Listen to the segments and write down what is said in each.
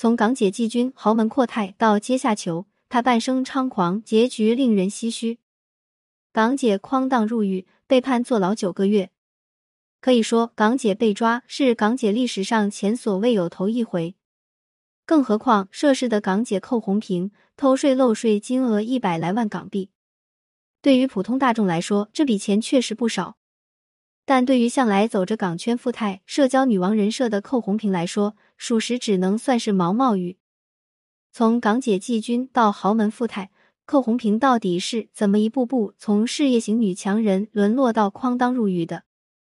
从港姐季军豪门阔太到阶下囚，她半生猖狂，结局令人唏嘘。港姐诓荡入狱，被判坐牢9个月。可以说，港姐被抓是港姐历史上前所未有头一回。更何况涉事的港姐寇红萍偷税漏税金额100来万港币，对于普通大众来说，这笔钱确实不少。但对于向来走着港圈富态、社交女王人设的寇红萍来说，属实只能算是毛毛雨。从港姐季军到豪门富态，寇红萍到底是怎么一步步从事业型女强人沦落到诓当入狱的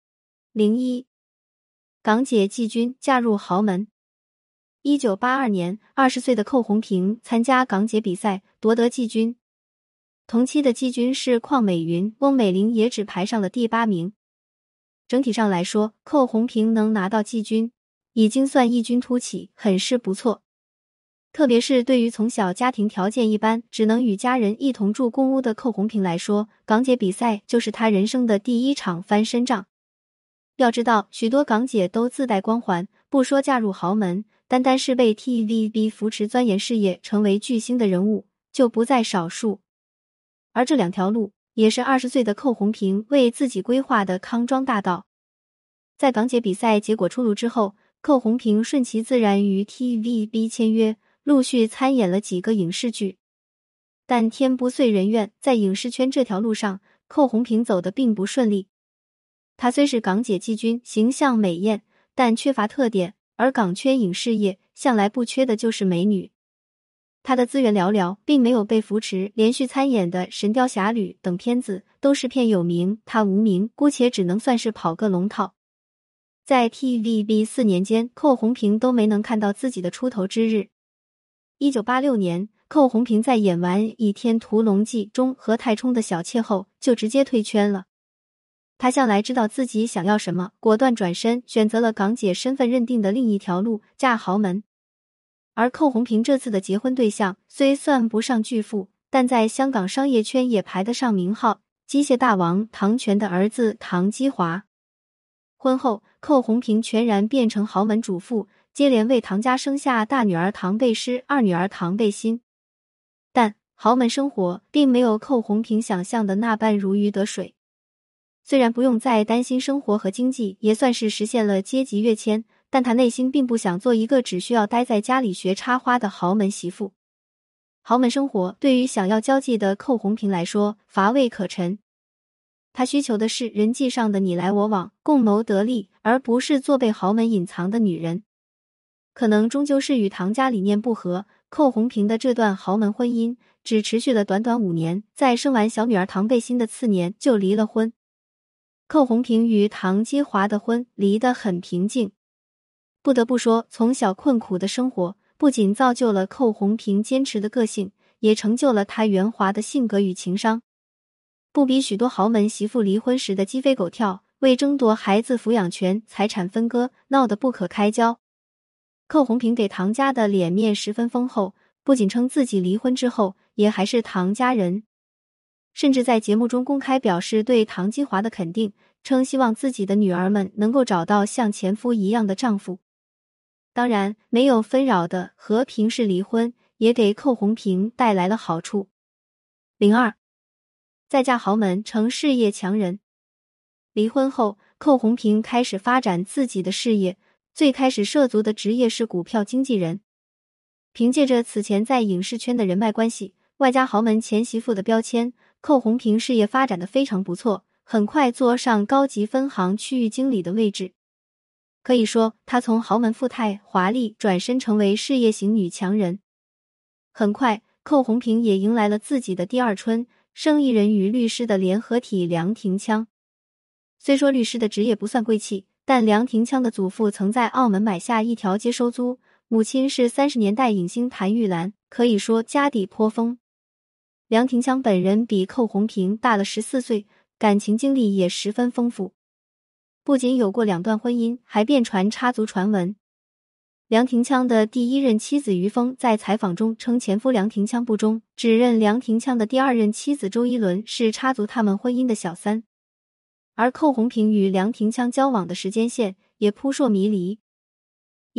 ？01港姐季军嫁入豪门。1982年，20岁的寇红萍参加港姐比赛，夺得季军。同期的季军是邝美云，翁美玲也只排上了第8名。整体上来说，寇红萍能拿到季军，已经算异军突起，很是不错。特别是对于从小家庭条件一般，只能与家人一同住公屋的寇红萍来说，港姐比赛就是她人生的第一场翻身仗。要知道，许多港姐都自带光环，不说嫁入豪门，单单是被 TVB 扶持钻研事业成为巨星的人物就不在少数。而这2条路也是20岁的寇红萍为自己规划的康庄大道。在港姐比赛结果出炉之后，寇红萍顺其自然与 TVB 签约，陆续参演了几个影视剧。但天不遂人愿，在影视圈这条路上，寇红萍走得并不顺利。她虽是港姐季军，形象美艳，但缺乏特点，而港圈影视业向来不缺的就是美女。她的资源寥寥，并没有被扶持，连续参演的《神雕侠侣》等片子都是片有名，她无名，姑且只能算是跑个龙套。在 TVB 4年间，寇红萍都没能看到自己的出头之日。1986年，寇红萍在演完《倚天屠龙记》中和太冲的小妾后，就直接退圈了。她向来知道自己想要什么，果断转身，选择了港姐身份认定的另一条路，嫁豪门。而寇红萍这次的结婚对象虽算不上巨富，但在香港商业圈也排得上名号，机械大王唐泉的儿子唐基华。婚后，寇红萍全然变成豪门主妇，接连为唐家生下大女儿唐贝诗、二女儿唐贝欣。但豪门生活并没有寇红萍想象的那般如鱼得水。虽然不用再担心生活和经济，也算是实现了阶级跃迁，但她内心并不想做一个只需要待在家里学插花的豪门媳妇。豪门生活对于想要交际的寇红萍来说乏味可陈，她需求的是人际上的你来我往，共谋得利，而不是做被豪门隐藏的女人。可能终究是与唐家理念不合，寇红萍的这段豪门婚姻只持续了短短5年，在生完小女儿唐贝欣的次年就离了婚。寇红萍与唐基华的婚离得很平静。不得不说，从小困苦的生活不仅造就了寇红萍坚持的个性，也成就了她圆滑的性格与情商。不比许多豪门媳妇离婚时的鸡飞狗跳，为争夺孩子抚养权、财产分割闹得不可开交。寇红萍给唐家的脸面十分丰厚，不仅称自己离婚之后也还是唐家人，甚至在节目中公开表示对唐基华的肯定，称希望自己的女儿们能够找到像前夫一样的丈夫。当然，没有纷扰的和平式离婚也给寇红萍带来了好处。02再嫁豪门成事业强人。离婚后，寇红萍开始发展自己的事业，最开始涉足的职业是股票经纪人。凭借着此前在影视圈的人脉关系，外加豪门前媳妇的标签，寇红萍事业发展得非常不错，很快坐上高级分行区域经理的位置。可以说，她从豪门富态华丽转身成为事业型女强人。很快，寇红萍也迎来了自己的第二春，生意人与律师的联合体梁廷枪。虽说律师的职业不算贵气，但梁廷枪的祖父曾在澳门买下一条街收租，母亲是30年代影星谭玉兰，可以说家底颇丰。梁廷枪本人比寇红萍大了14岁，感情经历也十分丰富。不仅有过2段婚姻，还遍传插足传闻。梁廷枪的第1任妻子于峰在采访中称前夫梁廷枪不忠，指认梁廷枪的第2任妻子周一伦是插足他们婚姻的小三。而寇红萍与梁廷枪交往的时间线也扑朔迷离。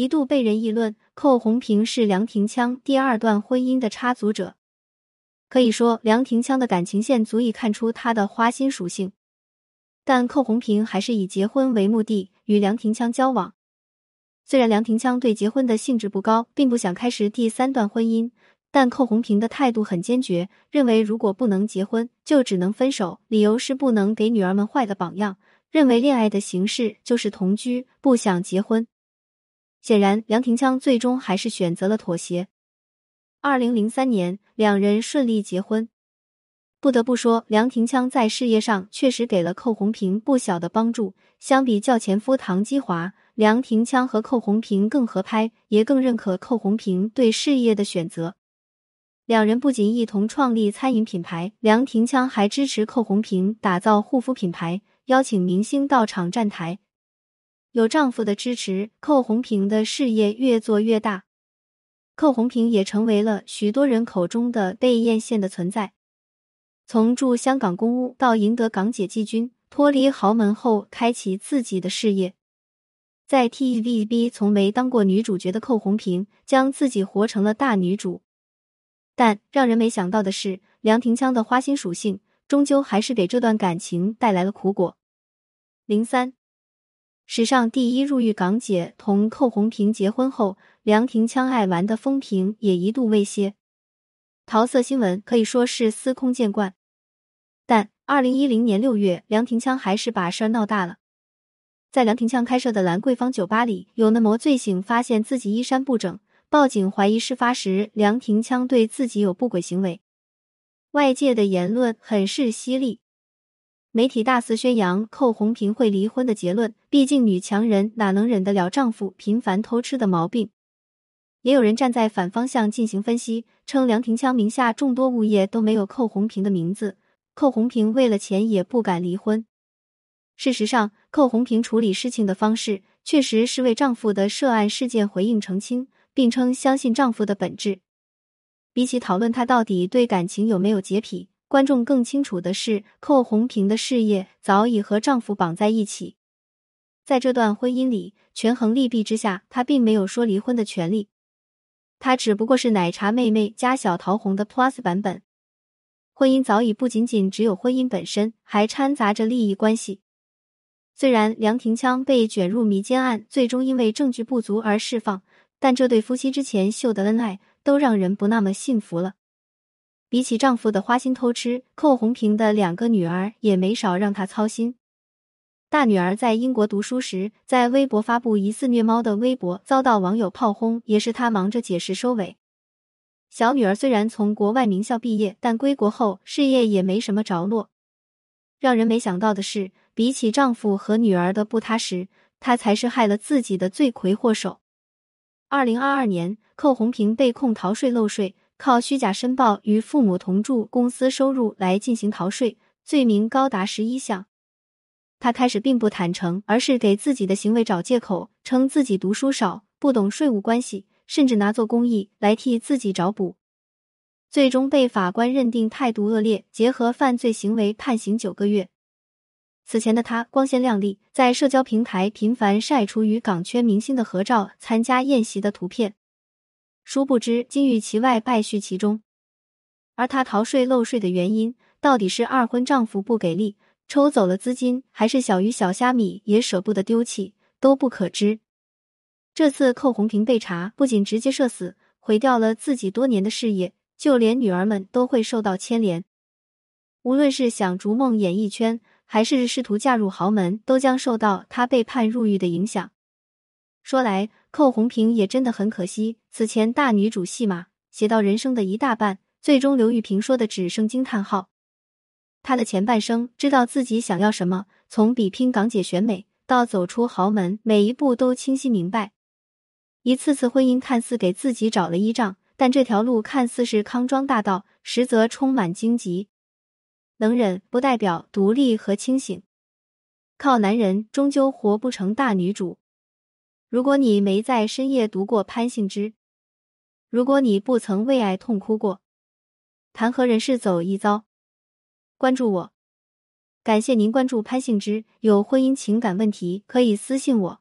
一度被人议论寇红平是梁廷枪第二段婚姻的插足者。可以说，梁廷枪的感情线足以看出他的花心属性。但寇红平还是以结婚为目的与梁廷枪交往。虽然梁廷枪对结婚的兴致不高，并不想开始第三段婚姻，但寇红平的态度很坚决，认为如果不能结婚，就只能分手，理由是不能给女儿们坏的榜样，认为恋爱的形式就是同居，不想结婚。显然，梁廷枪最终还是选择了妥协。2003年，两人顺利结婚。不得不说，梁廷枪在事业上确实给了寇红平不小的帮助。相比较前夫唐基华，梁廷枪和寇红平更合拍，也更认可寇红平对事业的选择。两人不仅一同创立餐饮品牌，梁廷枪还支持寇红平打造护肤品牌，邀请明星到场站台。有丈夫的支持，寇红平的事业越做越大。寇红平也成为了许多人口中的被艳羡的存在。从住香港公屋到赢得港姐季军，脱离豪门后开启自己的事业。在 TVB 从没当过女主角的寇红平，将自己活成了大女主。但让人没想到的是，梁廷枪的花心属性，终究还是给这段感情带来了苦果。03史上第一入狱港姐同寇红平结婚后，梁廷枪爱玩的风评也一度未歇，桃色新闻可以说是司空见惯。但2010年6月，梁廷枪还是把事儿闹大了。在梁廷枪开设的兰桂坊酒吧里，有男模醉醒发现自己衣衫不整，报警怀疑事发时梁廷枪对自己有不轨行为。外界的言论很是犀利，媒体大肆宣扬寇红平会离婚的结论，毕竟女强人哪能忍得了丈夫频繁偷吃的毛病。也有人站在反方向进行分析，称梁廷枪名下众多物业都没有寇红平的名字，寇红平为了钱也不敢离婚。事实上，寇红平处理事情的方式确实是为丈夫的涉案事件回应澄清，并称相信丈夫的本质。比起讨论他到底对感情有没有洁癖，观众更清楚的是，寇红平的事业早已和丈夫绑在一起。在这段婚姻里，权衡利弊之下，她并没有说离婚的权利。她只不过是奶茶妹妹加小桃红的 Plus 版本。婚姻早已不仅仅只有婚姻本身，还掺杂着利益关系。虽然梁廷枪被卷入迷奸案，最终因为证据不足而释放，但这对夫妻之前秀的恩爱都让人不那么信服了。比起丈夫的花心偷吃，寇红平的2个女儿也没少让她操心。大女儿在英国读书时，在微博发布疑似虐猫的微博，遭到网友炮轰，也是她忙着解释收尾。小女儿虽然从国外名校毕业，但归国后事业也没什么着落。让人没想到的是，比起丈夫和女儿的不踏实，她才是害了自己的罪魁祸首。2022年，寇红平被控逃税漏税，靠虚假申报与父母同住公司收入来进行逃税，罪名高达11项。他开始并不坦诚，而是给自己的行为找借口，称自己读书少，不懂税务关系，甚至拿做公益来替自己找补。最终被法官认定态度恶劣，结合犯罪行为判刑9个月。此前的他光鲜亮丽，在社交平台频繁晒出与港圈明星的合照、参加宴席的图片。殊不知金玉其外，败絮其中。而他逃税漏税的原因，到底是二婚丈夫不给力，抽走了资金，还是小鱼小虾米也舍不得丢弃，都不可知。这次寇红平被查，不仅直接社死，毁掉了自己多年的事业，就连女儿们都会受到牵连。无论是想逐梦演艺圈，还是试图嫁入豪门，都将受到她被判入狱的影响。说来，寇红平也真的很可惜，此前大女主戏码写到人生的一大半，最终刘玉萍说的只剩惊叹号。她的前半生知道自己想要什么，从比拼港姐选美到走出豪门，每一步都清晰明白。一次次婚姻看似给自己找了依仗，但这条路看似是康庄大道，实则充满荆棘。能忍不代表独立和清醒，靠男人终究活不成大女主。如果你没在深夜读过潘幸之，如果你不曾为爱痛哭过，谈何人世走一遭？关注我。感谢您关注潘幸之，有婚姻情感问题可以私信我。